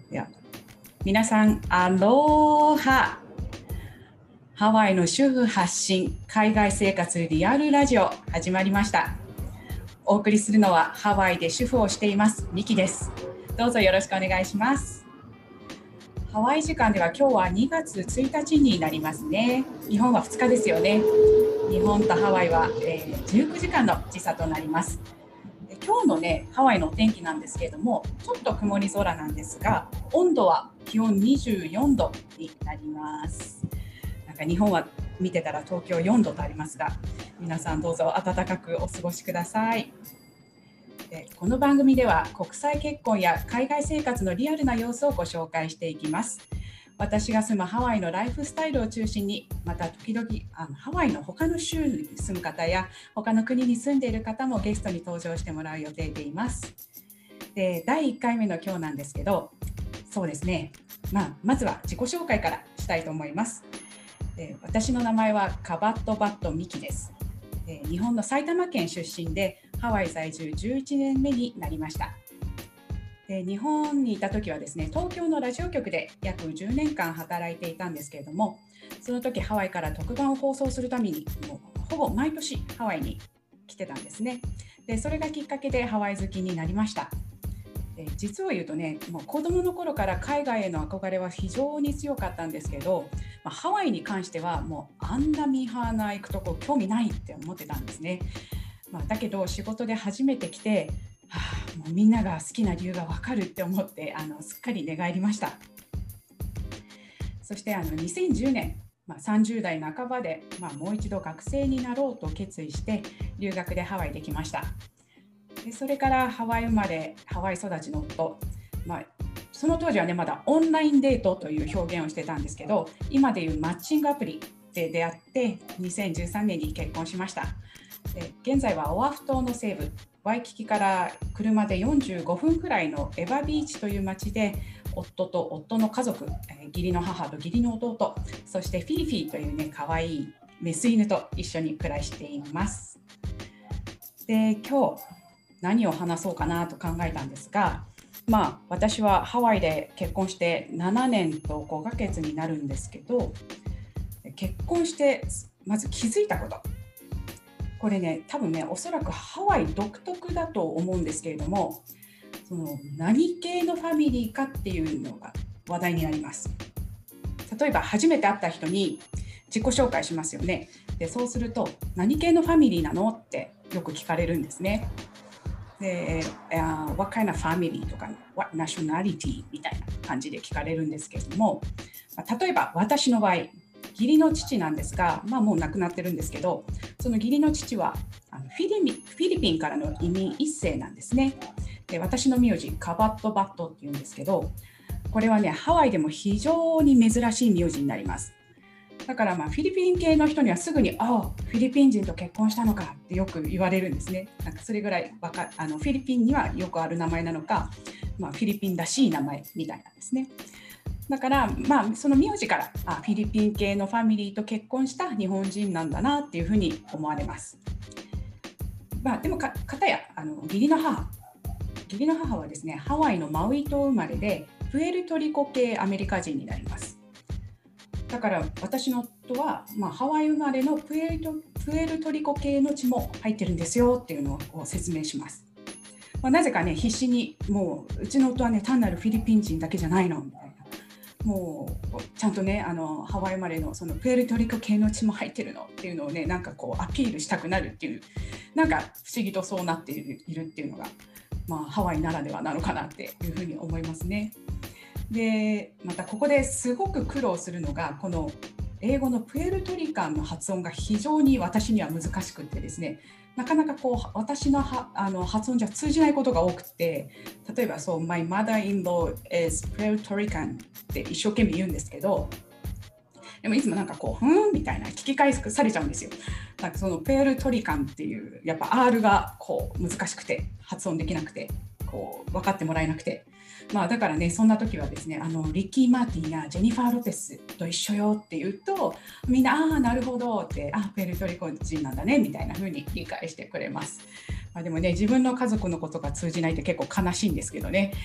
では皆さん、アローハ。ハワイの主婦発信海外生活リアルラジオ始まりました。お送りするのはハワイで主婦をしていますミキです。どうぞよろしくお願いします。ハワイ時間では今日は2月1日になりますね。日本は2日ですよね。日本とハワイは、19時間の時差となります。今日のね、ハワイのお天気なんですけれども、ちょっと曇り空なんですが、温度は気温24度になります。なんか日本は見てたら東京4度とありますが、皆さんどうぞ暖かくお過ごしください。この番組では国際結婚や海外生活のリアルな様子をご紹介していきます。私が住むハワイのライフスタイルを中心に、また時々ハワイの他の州に住む方や他の国に住んでいる方もゲストに登場してもらう予定でいます。で、第1回目の今日なんですけど、そうですね、まずは自己紹介からしたいと思います。私の名前はカバットバットミキです。日本の埼玉県出身でハワイ在住11年目になりました。日本にいた時はですね、東京のラジオ局で約10年間働いていたんですけれども、その時ハワイから特番を放送するためにもうほぼ毎年ハワイに来てたんですね。で、それがきっかけでハワイ好きになりました。実を言うとね、もう子供の頃から海外への憧れは非常に強かったんですけど、ハワイに関してはもうあんなミーハーな行くとこ興味ないって思ってたんですね。だけど仕事で初めて来て、もうみんなが好きな理由が分かるって思ってすっかり寝返りました。そして2010年、30代半ばで、もう一度学生になろうと決意して留学でハワイできました。でそれからハワイ生まれハワイ育ちの夫、その当時はねまだオンラインデートという表現をしてたんですけど、今でいうマッチングアプリで出会って2013年に結婚しました。で現在はオアフ島の西部ワイキキから車で45分くらいのエバビーチという町で夫と夫の家族、義理の母と義理の弟、そしてフィーフィーというね可愛いメス犬と一緒に暮らしています。で今日何を話そうかなと考えたんですが、私はハワイで結婚して7年と5ヶ月になるんですけど、結婚してまず気づいたこと、これね多分ねおそらくハワイ独特だと思うんですけれども、その何系のファミリーかっていうのが話題になります。例えば初めて会った人に自己紹介しますよね。でそうすると何系のファミリーなのってよく聞かれるんですね。で、What kind of family とか What nationality みたいな感じで聞かれるんですけれども、例えば私の場合義理の父なんですが、もう亡くなってるんですけど、その義理の父はフィリピンからの移民一世なんですね。で私の名字カバットバットっていうんですけど、これはねハワイでも非常に珍しい名字になります。だからフィリピン系の人にはすぐにフィリピン人と結婚したのかってよく言われるんですね。なんかそれぐらいフィリピンにはよくある名前なのか、フィリピンらしい名前みたいなんですね。だからその名字からフィリピン系のファミリーと結婚した日本人なんだなっていうふうに思われます。でも片や義理の母はですねハワイのマウイ島生まれでプエルトリコ系アメリカ人になります。だから私の夫は、ハワイ生まれのプエルトリコ系の血も入ってるんですよっていうのを説明します。なぜかね必死にもうちの夫はね単なるフィリピン人だけじゃないのみたいな、もうちゃんとねハワイ生まれのそのプエルトリコ系の血も入ってるのっていうのをねなんかこうアピールしたくなるっていう、なんか不思議とそうなっているっていうのが、ハワイならではなのかなっていうふうに思いますね。でまたここですごく苦労するのがこの英語のプエルトリカンの発音が非常に私には難しくてですね、なかなかこう私の発音じゃ通じないことが多くて、例えばMy mother-in-law is Puerto Rican って一生懸命言うんですけど、でもいつもなんかこうみたいな聞き返されちゃうんですよ。なんかそのプエルトリカンっていうやっぱ R がこう難しくて発音できなくてこう分かってもらえなくて、だからねそんな時はですねリッキー・マーティンやジェニファー・ロペスと一緒よって言うとみんななるほどってプエルトリコ人なんだねみたいな風に理解してくれます。でもね自分の家族のことが通じないって結構悲しいんですけどね。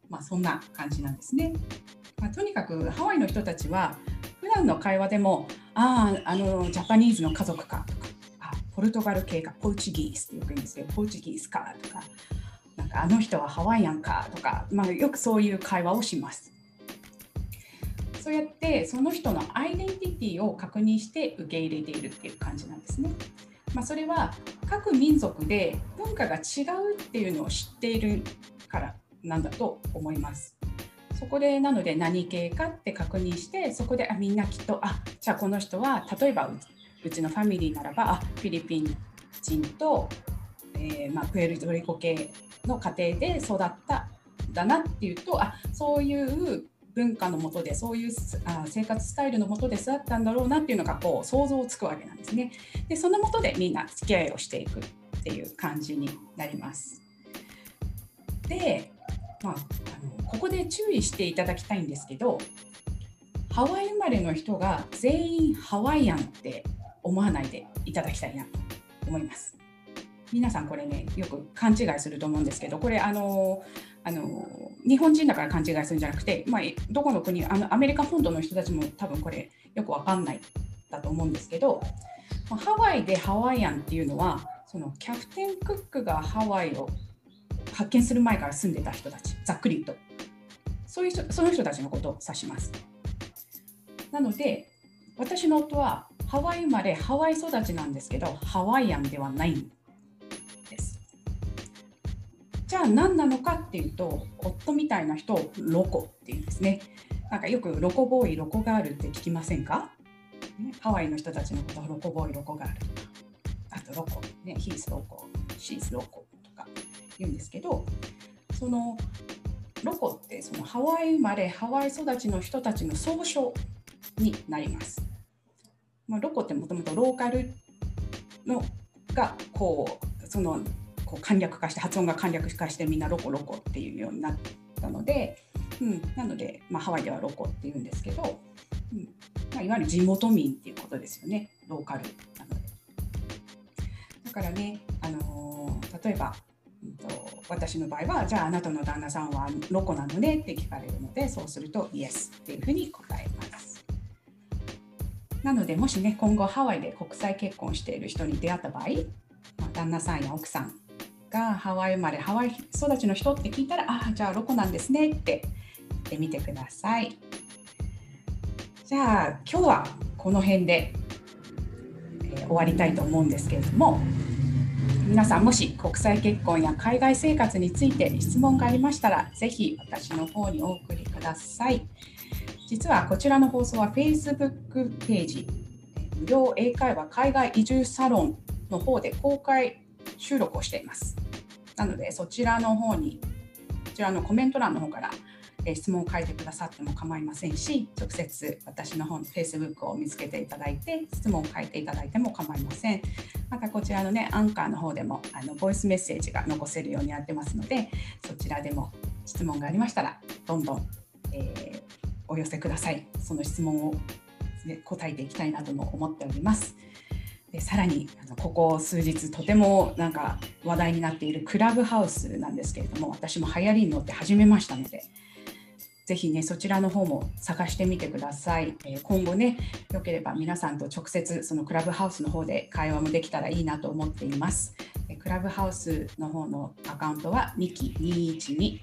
そんな感じなんですね。とにかくハワイの人たちは普段の会話でもジャパニーズの家族かとか、ポルトガル系か、ポルチギースってよく言うんですけど、ポルチギースかとか、なんかあの人はハワイアンかとか、よくそういう会話をします。そうやってその人のアイデンティティを確認して受け入れているっていう感じなんですね。それは各民族で文化が違うっていうのを知っているからなんだと思います。そこでなので何系かって確認して、そこでみんなきっとじゃあこの人は例えばうちのファミリーならばフィリピン人と、プエルトリコ系の家庭で育ったんだなっていうと、そういう文化の下でそういう生活スタイルの下で育ったんだろうなっていうのがこう想像つくわけなんですね。でその下でみんな付き合いをしていくっていう感じになります。で、ここで注意していただきたいんですけど、ハワイ生まれの人が全員ハワイアンって思わないでいただきたいなと思います。皆さんこれねよく勘違いすると思うんですけど、これ日本人だから勘違いするんじゃなくて、どこの国アメリカ本土の人たちも多分これよく分かんないだと思うんですけど、ハワイでハワイアンっていうのはそのキャプテンクックがハワイを発見する前から住んでた人たち、ざっくり言うとその人たちのことを指します。なので私の夫はハワイ生まれハワイ育ちなんですけど、ハワイアンではないんです。じゃあ何なのかっていうと、夫みたいな人をロコっていうんですね。なんかよくロコボーイロコガールって聞きませんか？ハワイの人たちのことをロコボーイロコガールとか、あとロコね、ヒースロコ、シースロコとか言うんですけど、そのロコってそのハワイ生まれハワイ育ちの人たちの総称になります。ロコってもともとローカルのがこう簡略化して、発音が簡略化してみんなロコロコっていうようになったので、なので、ハワイではロコっていうんですけど、いわゆる地元民っていうことですよね、ローカルなので。だからね、例えば私の場合はじゃああなたの旦那さんはロコなのねって聞かれるので、そうするとイエスっていうふうに答えます。なのでもしね今後ハワイで国際結婚している人に出会った場合、旦那さんや奥さんがハワイ生まれハワイ育ちの人って聞いたら、じゃあロコなんですねって言ってみてください。じゃあ今日はこの辺で、終わりたいと思うんですけれども、皆さんもし国際結婚や海外生活について質問がありましたら、ぜひ私の方にお送りください。実はこちらの放送は Facebook ページ、無料英会話海外移住サロンの方で公開収録をしています。なのでそちらの方に、こちらのコメント欄の方から質問を書いてくださっても構いませんし、直接私の方の Facebook を見つけていただいて質問を書いていただいても構いません。またこちらのねアンカーの方でもボイスメッセージが残せるようになってますので、そちらでも質問がありましたらどんどん、お寄せください。その質問を、答えていきたいなとも思っております。でさらにここ数日とてもなんか話題になっているクラブハウスなんですけれども、私も流行りに乗って始めましたので、ぜひねそちらの方も探してみてください。今後ねよければ皆さんと直接そのクラブハウスの方で会話もできたらいいなと思っています。クラブハウスの方のアカウントはmiki212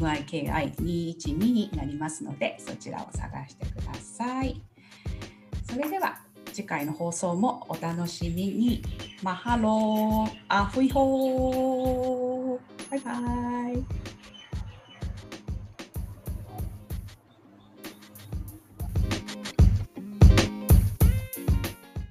miki212 になりますので、そちらを探してください。それでは次回の放送もお楽しみに。マハロー、アフイホー、バイバイ。